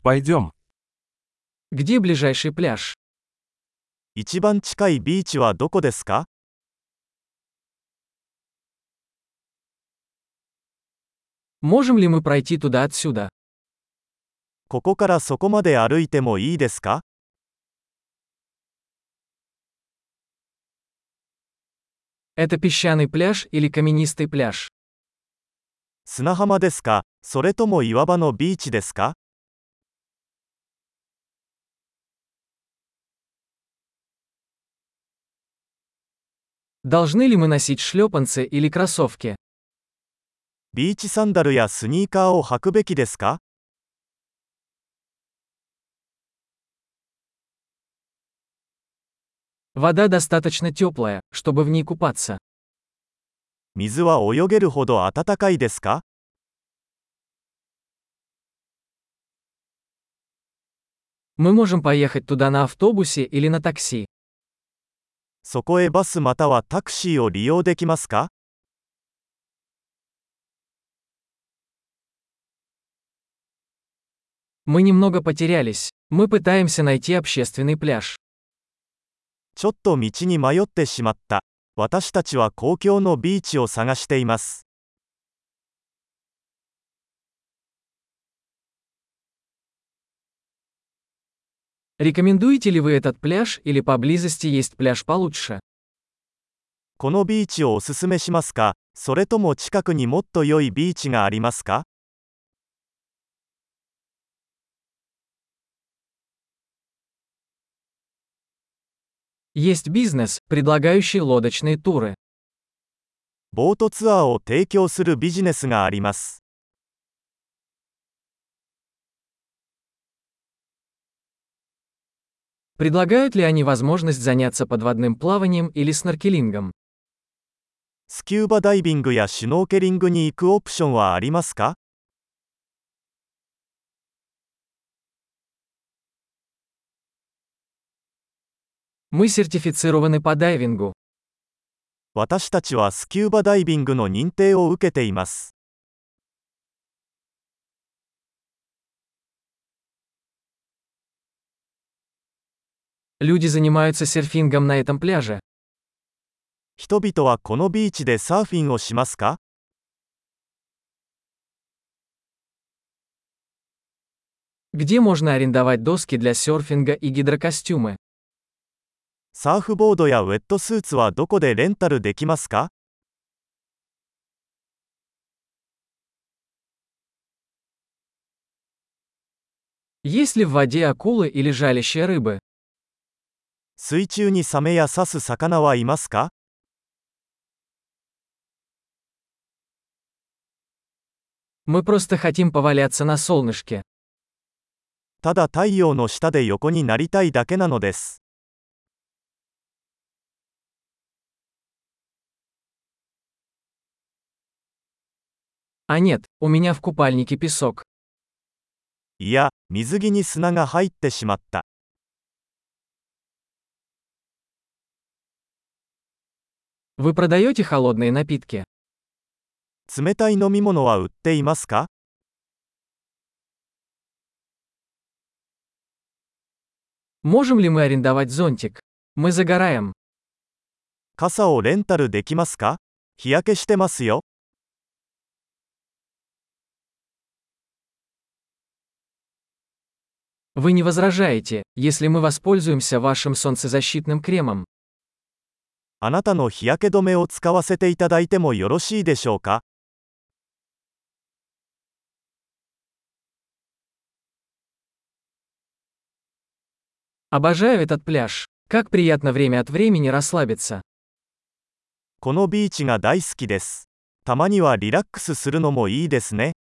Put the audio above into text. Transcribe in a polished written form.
Пойдем. Где ближайший пляж? 一番近いビーチはどこですか？ Можем ли мы пройти туда отсюда? ここからそこまで歩いてもいいですか？ Это песчаный пляж или каменистый пляж? 砂浜ですか？それとも岩場のビーチですか？ Должны ли мы носить шлепанцы или кроссовки? ビーチサンダルやスニーカーを履くべきですか？ Вода достаточно теплая, чтобы в ней купаться. 水は泳げるほど暖かいですか？ Мы можем поехать туда на автобусе или на такси. そこへバスまたはタクシーを利用できますか？ Мы немного потерялись. Мы пытаемся найти общественный пляж. ちょっと道に迷ってしまった。私たちは公共のビーチを探しています。 Рекомендуете ли вы этот пляж или поблизости есть пляж получше? このビーチをおすすめしますか？それとも近くにもっと良いビーチがありますか？ Есть бизнес, предлагающий лодочные туры. ボートツアーを提供するビジネスがあります。 Предлагают ли они возможность заняться подводным плаванием или сноркелингом? スキューバダイビングやシュノーケリングに行くオプションはありますか？ Мы сертифицированы по дайвингу. 私たちはスキューバダイビングの認定を受けています。 Люди занимаются серфингом на этом пляже. 人々はこのビーチでサーフィンをしますか？ Где можно арендовать доски для серфинга и гидрокостюмы? サーフボードやウェットスーツはどこでレンタルできますか？ Есть ли в воде акулы или жалящие рыбы? 水中にサメや刺す魚はいますか？ Мы просто хотим поваляться на солнышке. ただ太陽の下で横になりたいだけなのです。 А нет, у меня в купальнике песок. いや、水着に砂が入ってしまった。 Вы продаете холодные напитки? 冷たい飲み物は売っていますか？ Можем ли мы арендовать зонтик? Мы загораем. 傘をレンタルできますか？日焼けしてますよ。 Вы не возражаете, если мы воспользуемся вашим солнцезащитным кремом? あなたの日焼け止めを使わせていただいてもよろしいでしょうか？ Обожаю этот пляж. Как приятно время от времени расслабиться. このビーチが大好きです。たまにはリラックスするのもいいですね。